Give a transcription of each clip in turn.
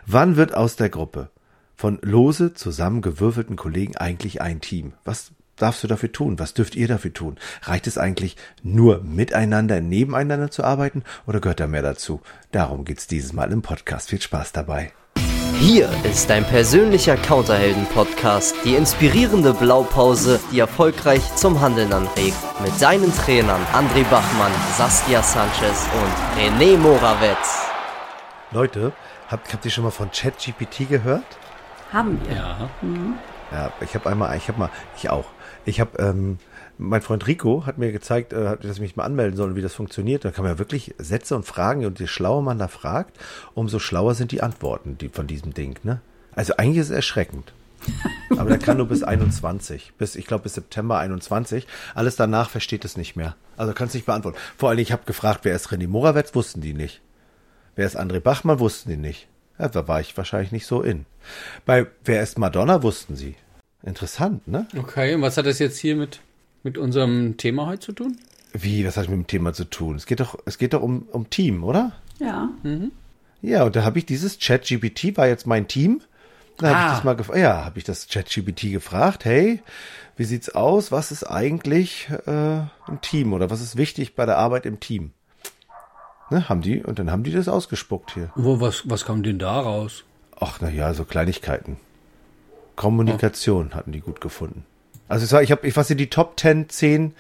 Wann wird aus der Gruppe von lose zusammengewürfelten Kollegen eigentlich ein Team? Was darfst du dafür tun? Was dürft ihr dafür tun? Reicht es eigentlich nur miteinander, nebeneinander zu arbeiten oder gehört da mehr dazu? Darum geht's dieses Mal im Podcast. Viel Spaß dabei. Hier ist dein persönlicher Counterhelden-Podcast, die inspirierende Blaupause, die erfolgreich zum Handeln anregt. Mit deinen Trainern André Bachmann, Saskia Sanchez und René Morawetz. Leute, habt ihr schon mal von ChatGPT gehört? Haben wir. Ja. Mhm. Ja, ich auch. Mein Freund Rico hat mir gezeigt, dass ich mich mal anmelden soll und wie das funktioniert. Da kann man ja wirklich Sätze und Fragen, und je schlauer man da fragt, umso schlauer sind die Antworten von diesem Ding, ne? Also eigentlich ist es erschreckend. Aber der kann nur bis 21, bis September 21. Alles danach versteht es nicht mehr. Also kann es nicht beantworten. Vor allem, ich habe gefragt, wer ist René Morawetz, wussten die nicht. Wer ist André Bachmann, wussten die nicht. Ja, da war ich wahrscheinlich nicht so in. Bei wer ist Madonna, wussten sie. Interessant, ne? Okay, und was hat das jetzt hier mit unserem Thema heute zu tun? Wie, was hat mit dem Thema zu tun? Es geht doch um Team, oder? Ja. Mhm. Ja, und da habe ich dieses ChatGPT, war jetzt mein Team. Da habe ich das ChatGPT gefragt, hey, wie sieht's aus? Was ist eigentlich ein Team oder was ist wichtig bei der Arbeit im Team? Ne, dann haben die das ausgespuckt hier. Was kam denn da raus? Ach, na ja, so Kleinigkeiten. Kommunikation hatten die gut gefunden. Also was sind die Top 10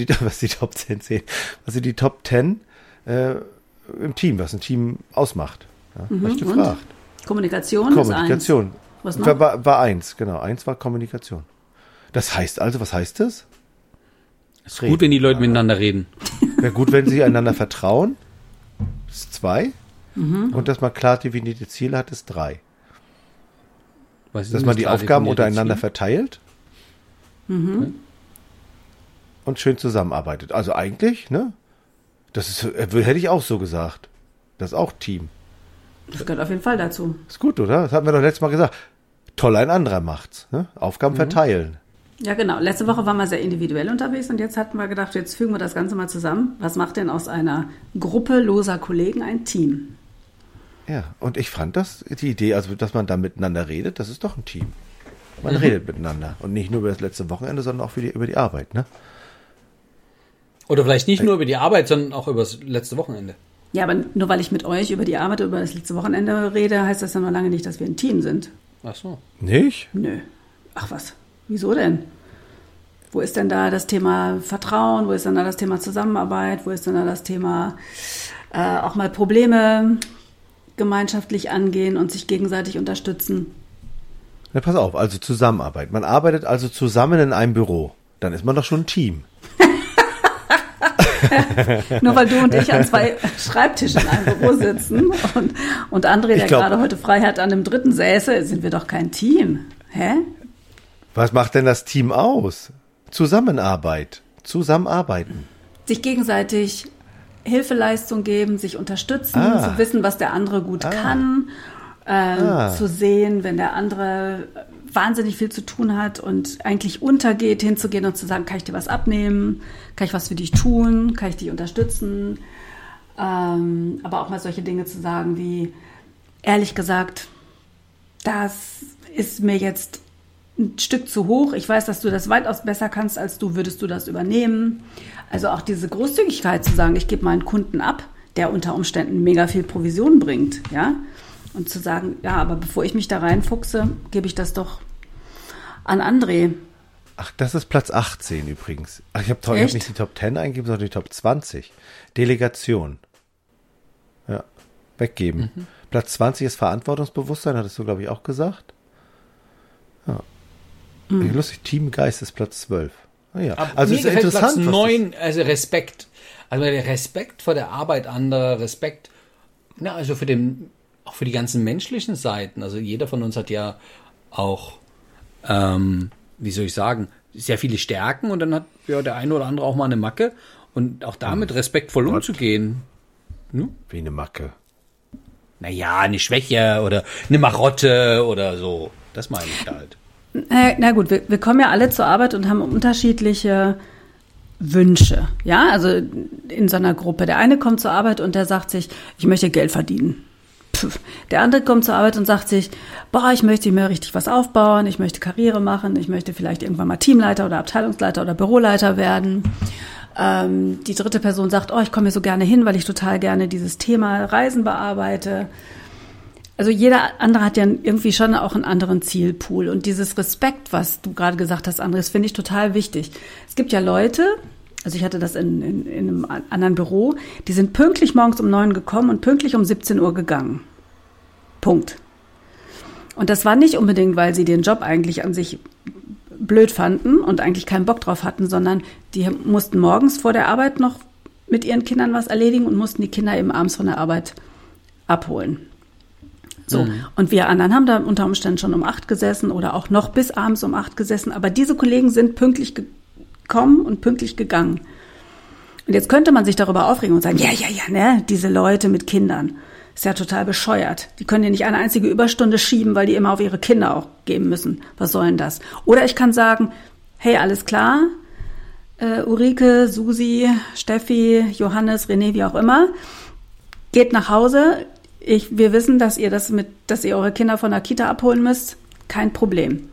im Team, was ein Team ausmacht? Ja, hab ich gefragt. Kommunikation ist eins. Was noch? War eins, genau. Eins war Kommunikation. Das heißt also, was heißt das? Ist gut, wenn die Leute miteinander reden. Wäre gut, wenn sie einander vertrauen. Das ist 2. Und dass man klar definierte Ziele hat, ist 3. Dass man die Aufgaben untereinander verteilt und schön zusammenarbeitet. Also eigentlich, ne? Hätte ich auch so gesagt. Das ist auch Team. Das gehört auf jeden Fall dazu. Ist gut, oder? Das hatten wir doch letztes Mal gesagt. Toll, ein anderer macht's. Ne? Aufgaben verteilen. Ja, genau. Letzte Woche waren wir sehr individuell unterwegs und jetzt hatten wir gedacht, jetzt fügen wir das Ganze mal zusammen. Was macht denn aus einer Gruppe loser Kollegen ein Team? Ja, und ich fand die Idee, also dass man da miteinander redet, das ist doch ein Team. Man redet miteinander und nicht nur über das letzte Wochenende, sondern auch über die Arbeit, ne? Oder vielleicht nicht nur über die Arbeit, sondern auch über das letzte Wochenende. Ja, aber nur weil ich mit euch über die Arbeit, über das letzte Wochenende rede, heißt das ja noch lange nicht, dass wir ein Team sind. Ach so. Nicht? Nö. Ach was, wieso denn? Wo ist denn da das Thema Vertrauen? Wo ist denn da das Thema Zusammenarbeit? Wo ist denn da das Thema auch mal Probleme gemeinschaftlich angehen und sich gegenseitig unterstützen? Na, pass auf, also Zusammenarbeit. Man arbeitet also zusammen in einem Büro. Dann ist man doch schon ein Team. Nur weil du und ich an 2 Schreibtischen in einem Büro sitzen und André, der gerade heute frei hat, an dem 3. säße, sind wir doch kein Team. Hä? Was macht denn das Team aus? Zusammenarbeiten. Sich gegenseitig Hilfeleistung geben, sich unterstützen, zu wissen, was der andere gut kann, zu sehen, wenn der andere wahnsinnig viel zu tun hat und eigentlich untergeht, hinzugehen und zu sagen, kann ich dir was abnehmen, kann ich was für dich tun, kann ich dich unterstützen, aber auch mal solche Dinge zu sagen wie, ehrlich gesagt, das ist mir jetzt ein Stück zu hoch, ich weiß, dass du das weitaus besser kannst als du, würdest du das übernehmen? Also auch diese Großzügigkeit zu sagen, ich gebe meinen Kunden ab, der unter Umständen mega viel Provision bringt, ja, und zu sagen, ja, aber bevor ich mich da reinfuchse, gebe ich das doch an André. Ach, das ist Platz 18 übrigens. Ach, ich habe nicht die Top 10 eingegeben, sondern die Top 20. Delegation. Ja, weggeben. Platz 20 ist Verantwortungsbewusstsein, hattest du, glaube ich, auch gesagt. Ja. Lustig, Teamgeist ist Platz 12. Ah, ja. Also mir ist gefällt interessant. Platz 9, also Respekt. Also der Respekt vor der Arbeit anderer, Respekt, also auch für die ganzen menschlichen Seiten. Also jeder von uns hat ja auch, wie soll ich sagen, sehr viele Stärken und dann hat ja der eine oder andere auch mal eine Macke und auch damit respektvoll umzugehen. Wie eine Macke. Naja, eine Schwäche oder eine Marotte oder so. Das meine ich halt. Na gut, wir kommen ja alle zur Arbeit und haben unterschiedliche Wünsche. Ja, also in so einer Gruppe. Der eine kommt zur Arbeit und der sagt sich, ich möchte Geld verdienen. Der andere kommt zur Arbeit und sagt sich, boah, ich möchte mir richtig was aufbauen, ich möchte Karriere machen, ich möchte vielleicht irgendwann mal Teamleiter oder Abteilungsleiter oder Büroleiter werden. Die dritte Person sagt, oh, ich komme hier so gerne hin, weil ich total gerne dieses Thema Reisen bearbeite. Also jeder andere hat ja irgendwie schon auch einen anderen Zielpool. Und dieses Respekt, was du gerade gesagt hast, Andres, finde ich total wichtig. Es gibt ja Leute, also ich hatte das in einem anderen Büro, die sind pünktlich morgens um 9 gekommen und pünktlich um 17 Uhr gegangen. Punkt. Und das war nicht unbedingt, weil sie den Job eigentlich an sich blöd fanden und eigentlich keinen Bock drauf hatten, sondern die mussten morgens vor der Arbeit noch mit ihren Kindern was erledigen und mussten die Kinder eben abends von der Arbeit abholen. So. Und wir anderen haben da unter Umständen schon um 8 gesessen oder auch noch bis abends um 8 gesessen. Aber diese Kollegen sind pünktlich gekommen und pünktlich gegangen. Und jetzt könnte man sich darüber aufregen und sagen, ja, ne, diese Leute mit Kindern. Ist ja total bescheuert. Die können ja nicht eine einzige Überstunde schieben, weil die immer auf ihre Kinder auch geben müssen. Was soll denn das? Oder ich kann sagen, hey, alles klar, Ulrike, Susi, Steffi, Johannes, René, wie auch immer, geht nach Hause. Wir wissen, dass ihr eure Kinder von der Kita abholen müsst. Kein Problem.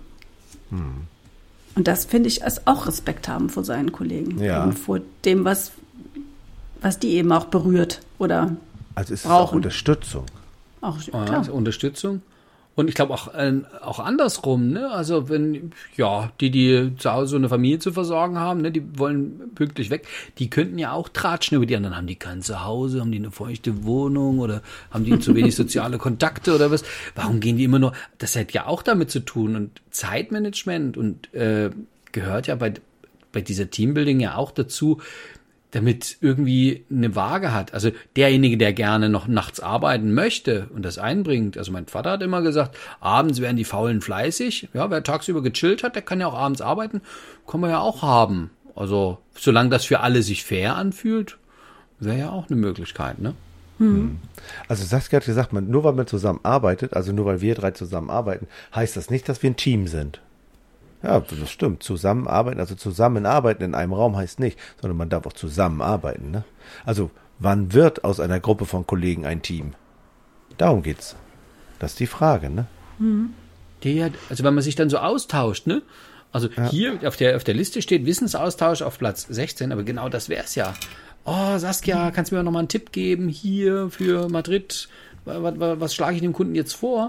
Und das finde ich ist auch Respekt haben vor seinen Kollegen. Ja. Und vor dem, was die eben auch berührt oder also ist es brauchen. auch Unterstützung. Auch, Ja, klar. Unterstützung. Und ich glaube auch andersrum, ne? Also wenn, ja, die zu Hause so eine Familie zu versorgen haben, ne, die wollen pünktlich weg, die könnten ja auch tratschen über die anderen. Haben die kein Zuhause, haben die eine feuchte Wohnung oder haben die zu wenig soziale Kontakte oder was? Warum gehen die immer nur? Das hat ja auch damit zu tun. Und Zeitmanagement und gehört ja bei dieser Teambuilding ja auch dazu, damit irgendwie eine Waage hat. Also derjenige, der gerne noch nachts arbeiten möchte und das einbringt. Also mein Vater hat immer gesagt, abends werden die Faulen fleißig. Ja, wer tagsüber gechillt hat, der kann ja auch abends arbeiten. Kann man ja auch haben. Also solange das für alle sich fair anfühlt, wäre ja auch eine Möglichkeit, ne? Also Saskia hat gesagt, nur weil man zusammen arbeitet, also nur weil wir 3 zusammen arbeiten, heißt das nicht, dass wir ein Team sind. Ja, das stimmt. Zusammenarbeiten, also zusammenarbeiten in einem Raum heißt nicht, sondern man darf auch zusammenarbeiten. Ne? Also wann wird aus einer Gruppe von Kollegen ein Team? Darum geht's. Das ist die Frage, ne? Also wenn man sich dann so austauscht, ne? Also Ja. hier auf der Liste steht Wissensaustausch auf Platz 16, aber genau das wär's ja. Oh, Saskia, kannst du mir noch mal einen Tipp geben hier für Madrid? Was schlage ich dem Kunden jetzt vor?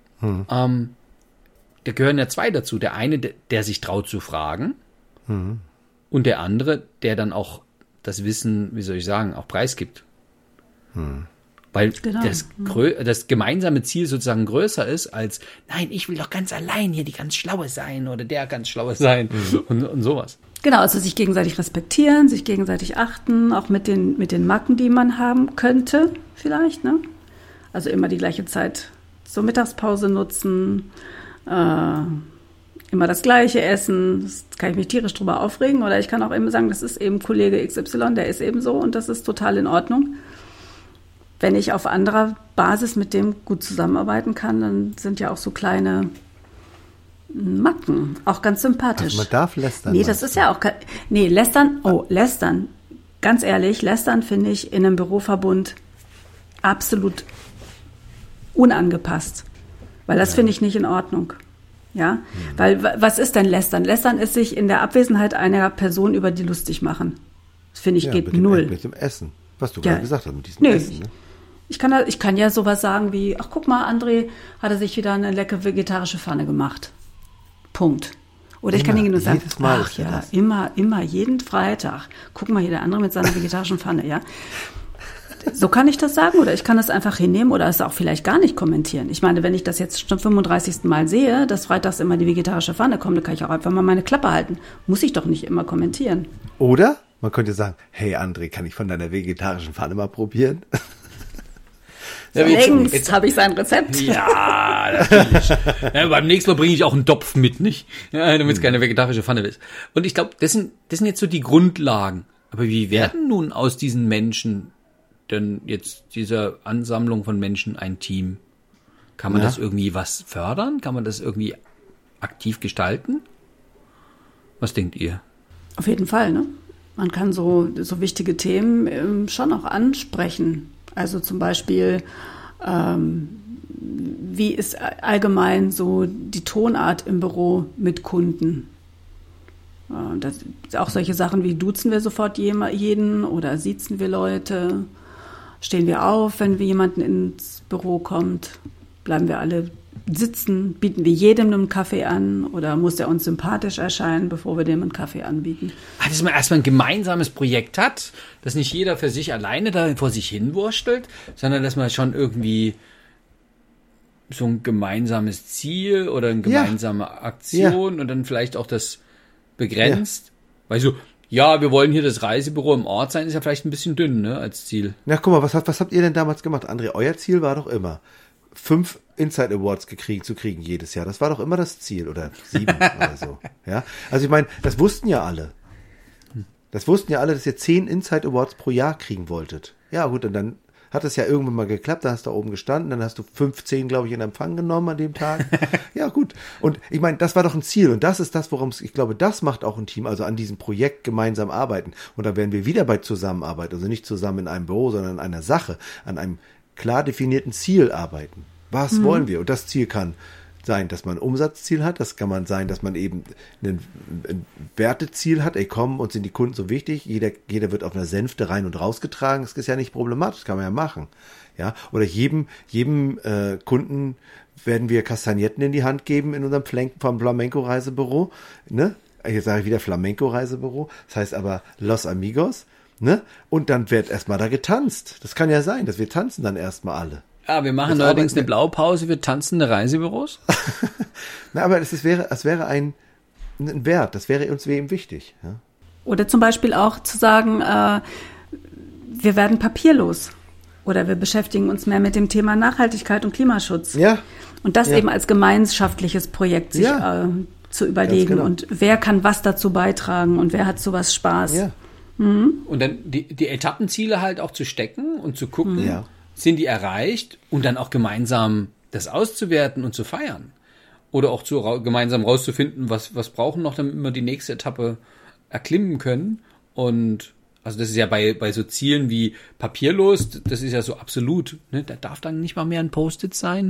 Da gehören ja 2 dazu. Der eine, der sich traut zu fragen und der andere, der dann auch das Wissen, wie soll ich sagen, auch preisgibt. Weil Genau. das gemeinsame Ziel sozusagen größer ist als, nein, ich will doch ganz allein hier die ganz Schlaue sein oder der ganz Schlaue sein und sowas. Genau, also sich gegenseitig respektieren, sich gegenseitig achten, auch mit den Macken, die man haben könnte, vielleicht, ne? Also immer die gleiche Zeit zur Mittagspause nutzen, immer das Gleiche essen. Das kann ich mich tierisch drüber aufregen. Oder ich kann auch eben sagen, das ist eben Kollege XY, der ist eben so und das ist total in Ordnung. Wenn ich auf anderer Basis mit dem gut zusammenarbeiten kann, dann sind ja auch so kleine Macken auch ganz sympathisch. Also man darf lästern. Nee, das ist ja auch lästern. Ganz ehrlich, lästern finde ich in einem Büroverbund absolut unangepasst. Weil das finde ich nicht in Ordnung. Ja? Weil, was ist denn Lästern? Lästern ist sich in der Abwesenheit einer Person über die lustig machen. Das finde ich geht null. Mit dem Essen. Was du Ja. gerade gesagt hast, mit diesem Nö. Essen. Ne? Ich kann ja sowas sagen wie, ach guck mal, André hatte sich wieder eine leckere vegetarische Pfanne gemacht. Punkt. Oder ich kann Immer, Ihnen nur sagen, jedes Mal ach ist er ja, das. immer, jeden Freitag. Guck mal hier, der andere mit seiner vegetarischen Pfanne, ja. So kann ich das sagen oder ich kann das einfach hinnehmen oder es auch vielleicht gar nicht kommentieren. Ich meine, wenn ich das jetzt schon 35. Mal sehe, dass freitags immer die vegetarische Pfanne kommt, dann kann ich auch einfach mal meine Klappe halten. Muss ich doch nicht immer kommentieren. Oder man könnte sagen, hey André, kann ich von deiner vegetarischen Pfanne mal probieren? Längst habe ich sein Rezept. Ja, natürlich. Ja, beim nächsten Mal bringe ich auch einen Topf mit, nicht? Ja, damit es keine vegetarische Pfanne ist. Und ich glaube, das sind jetzt so die Grundlagen. Aber wie werden nun aus diesen Menschen denn jetzt dieser Ansammlung von Menschen ein Team? Kann man das irgendwie was fördern? Kann man das irgendwie aktiv gestalten? Was denkt ihr? Auf jeden Fall, ne? Man kann so wichtige Themen schon auch ansprechen. Also zum Beispiel Wie ist allgemein so die Tonart im Büro mit Kunden? Das sind auch solche Sachen wie, duzen wir sofort jeden oder siezen wir Leute? Stehen wir auf, wenn jemanden ins Büro kommt? Bleiben wir alle sitzen? Bieten wir jedem einen Kaffee an oder muss der uns sympathisch erscheinen, bevor wir dem einen Kaffee anbieten? Dass man erstmal ein gemeinsames Projekt hat, dass nicht jeder für sich alleine da vor sich hinwurstelt, sondern dass man schon irgendwie so ein gemeinsames Ziel oder eine gemeinsame Aktion und dann vielleicht auch das begrenzt. Weil so, wir wollen hier das Reisebüro im Ort sein, ist ja vielleicht ein bisschen dünn, ne, als Ziel. Na, guck mal, was habt ihr denn damals gemacht? André, euer Ziel war doch immer, 5 Inside Awards zu kriegen jedes Jahr. Das war doch immer das Ziel, oder 7 oder so. Ja? Also ich meine, das wussten ja alle. Das wussten ja alle, dass ihr 10 Inside Awards pro Jahr kriegen wolltet. Ja gut, und dann hat es ja irgendwann mal geklappt, da hast du da oben gestanden, dann hast du 15, glaube ich, in Empfang genommen an dem Tag. Ja, gut. Und ich meine, das war doch ein Ziel und das ist das, worum es, ich glaube, das macht auch ein Team, also an diesem Projekt gemeinsam arbeiten. Und da wären wir wieder bei Zusammenarbeit, also nicht zusammen in einem Büro, sondern an einer Sache, an einem klar definierten Ziel arbeiten. Was wollen wir? Und das Ziel kann sein, dass man ein Umsatzziel hat, das kann man sein, dass man eben ein Werteziel hat, uns sind die Kunden so wichtig, jeder wird auf einer Sänfte rein und rausgetragen, das ist ja nicht problematisch, das kann man ja machen. Ja? Oder jedem Kunden werden wir Kastagnetten in die Hand geben in unserem Flamenco-Reisebüro, ne? Jetzt sage ich wieder Flamenco-Reisebüro, das heißt aber Los Amigos, ne? Und dann wird erstmal da getanzt. Das kann ja sein, dass wir tanzen dann erstmal alle. Ja, wir machen allerdings eine Blaupause für tanzende Reisebüros. Na, aber es wäre ein Wert, das wäre uns eben wichtig. Ja? Oder zum Beispiel auch zu sagen, wir werden papierlos. Oder wir beschäftigen uns mehr mit dem Thema Nachhaltigkeit und Klimaschutz. Ja. Und das eben als gemeinschaftliches Projekt sich zu überlegen. Genau. Und wer kann was dazu beitragen und wer hat sowas Spaß. Ja. Und dann die Etappenziele halt auch zu stecken und zu gucken, sind die erreicht und dann auch gemeinsam das auszuwerten und zu feiern. Oder auch gemeinsam rauszufinden, was brauchen noch, damit wir die nächste Etappe erklimmen können. Und also das ist ja bei so Zielen wie papierlos, das ist ja so absolut. Ne? Da darf dann nicht mal mehr ein Post-it sein.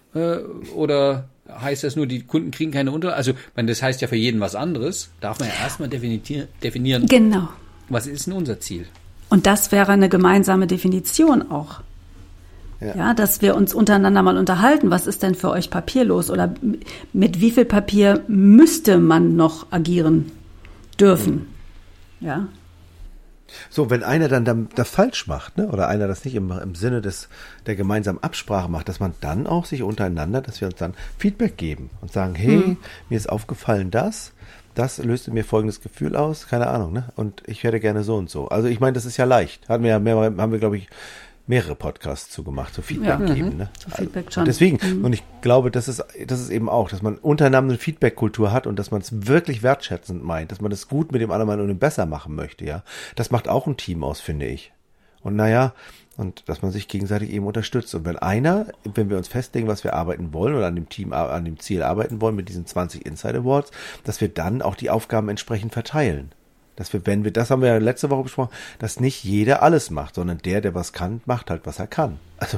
Oder heißt das nur, die Kunden kriegen keine Unterlagen? Also das heißt ja für jeden was anderes. Darf man ja erstmal definieren, genau. Was ist denn unser Ziel? Und das wäre eine gemeinsame Definition auch. Ja, dass wir uns untereinander mal unterhalten. Was ist denn für euch papierlos? Oder mit wie viel Papier müsste man noch agieren dürfen? Ja. So, wenn einer dann das falsch macht, ne, oder einer das nicht im Sinne der gemeinsamen Absprache macht, dass man dann auch sich untereinander, dass wir uns dann Feedback geben und sagen, hey, mir ist aufgefallen das löste mir folgendes Gefühl aus, keine Ahnung, ne, und ich werde gerne so und so. Also ich meine, das ist ja leicht. Haben wir, glaube ich, mehrere Podcasts zugemacht, so Feedback geben. Ne? So Feedback schon. Deswegen, und ich glaube, das ist eben auch, dass man untereinander eine Feedback-Kultur hat und dass man es wirklich wertschätzend meint, dass man es gut mit dem anderen und besser machen möchte, ja. Das macht auch ein Team aus, finde ich. Und und dass man sich gegenseitig eben unterstützt. Und wenn wir uns festlegen, was wir arbeiten wollen oder an dem Ziel arbeiten wollen mit diesen 20 Inside Awards, dass wir dann auch die Aufgaben entsprechend verteilen. Das haben wir ja letzte Woche besprochen, dass nicht jeder alles macht, sondern der was kann, macht halt, was er kann. Also.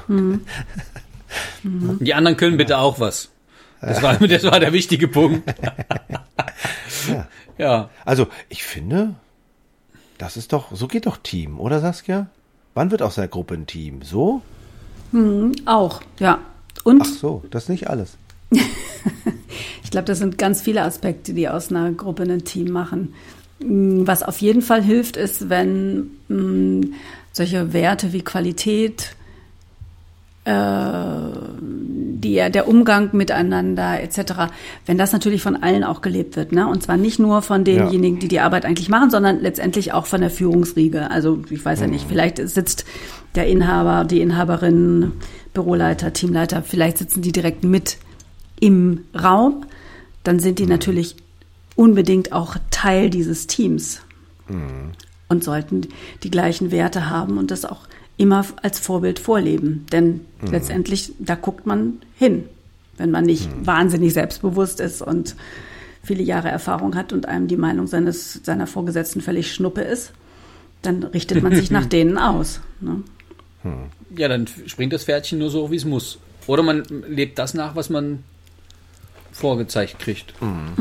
Die anderen können bitte auch was. Das war der wichtige Punkt. Ja. Also, ich finde, so geht doch Team, oder Saskia? Wann wird aus einer Gruppe ein Team? So? Auch, ja. Und? Ach so, das ist nicht alles. Ich glaube, das sind ganz viele Aspekte, die aus einer Gruppe ein Team machen. Was auf jeden Fall hilft, ist, wenn solche Werte wie Qualität, der Umgang miteinander etc., wenn das natürlich von allen auch gelebt wird, ne? Und zwar nicht nur von denjenigen, die Arbeit eigentlich machen, sondern letztendlich auch von der Führungsriege. Also ich weiß ja nicht, vielleicht sitzt der Inhaber, die Inhaberin, Büroleiter, Teamleiter, vielleicht sitzen die direkt mit im Raum, dann sind die natürlich unbedingt auch Teil dieses Teams und sollten die gleichen Werte haben und das auch immer als Vorbild vorleben. Denn letztendlich, da guckt man hin, wenn man nicht wahnsinnig selbstbewusst ist und viele Jahre Erfahrung hat und einem die Meinung seiner Vorgesetzten völlig Schnuppe ist, dann richtet man sich nach denen aus. Ne? Ja, dann springt das Pferdchen nur so, wie es muss. Oder man lebt das nach, was man vorgezeigt kriegt.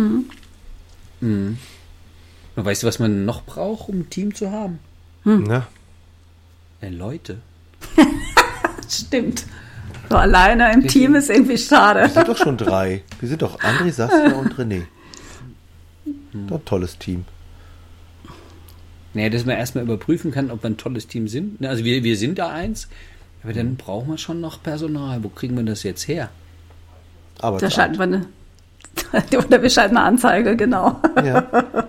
Weißt du, was man noch braucht, um ein Team zu haben? Na? Leute. Stimmt. So alleine im Team ist irgendwie schade. Wir sind doch schon 3. Wir sind doch André, Saskia und René. Doch ein tolles Team. Naja, dass man erstmal überprüfen kann, ob wir ein tolles Team sind. Also wir sind da eins, aber dann brauchen wir schon noch Personal. Wo kriegen wir das jetzt her? Aber Da schalten wir oder wir schalten eine Anzeige, genau. Ja.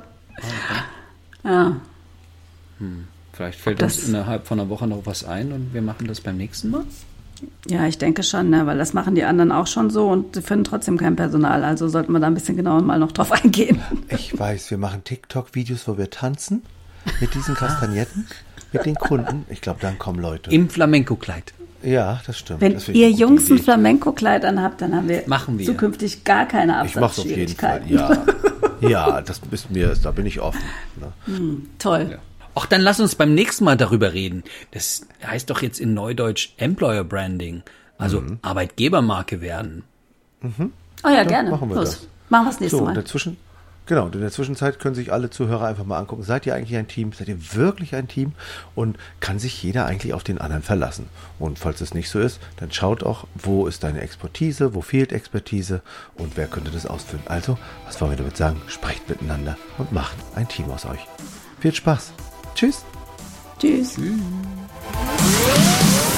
Ja. Vielleicht fällt uns innerhalb von einer Woche noch was ein und wir machen das beim nächsten Mal. Ja, ich denke schon, ne, weil das machen die anderen auch schon so und sie finden trotzdem kein Personal. Also sollten wir da ein bisschen genauer mal noch drauf eingehen. Ich weiß, wir machen TikTok-Videos, wo wir tanzen mit diesen Kastagnetten, mit den Kunden. Ich glaube, dann kommen Leute. Im Flamenco-Kleid. Ja, das stimmt. Wenn das finde ich ihr eine gute Jungs ein Idee. Flamenco-Kleid anhabt, dann haben wir, Machen wir. zukünftig gar keine Ich mach's auf jeden Fall. Absatzschwierigkeiten. Ja, das ist mir, da bin ich offen. Ne? Toll. Ja. Ach, dann lass uns beim nächsten Mal darüber reden. Das heißt doch jetzt in Neudeutsch Employer Branding, also Arbeitgebermarke werden. Oh ja, gerne. machen wir Los. das. Machen wir das nächste So, Mal. in der Zwischenzeit können sich alle Zuhörer einfach mal angucken. Seid ihr eigentlich ein Team? Seid ihr wirklich ein Team? Und kann sich jeder eigentlich auf den anderen verlassen? Und falls es nicht so ist, dann schaut auch, wo ist deine Expertise, wo fehlt Expertise und wer könnte das ausfüllen? Also, was wollen wir damit sagen? Sprecht miteinander und macht ein Team aus euch. Viel Spaß. Tschüss. Tschüss. Tschüss.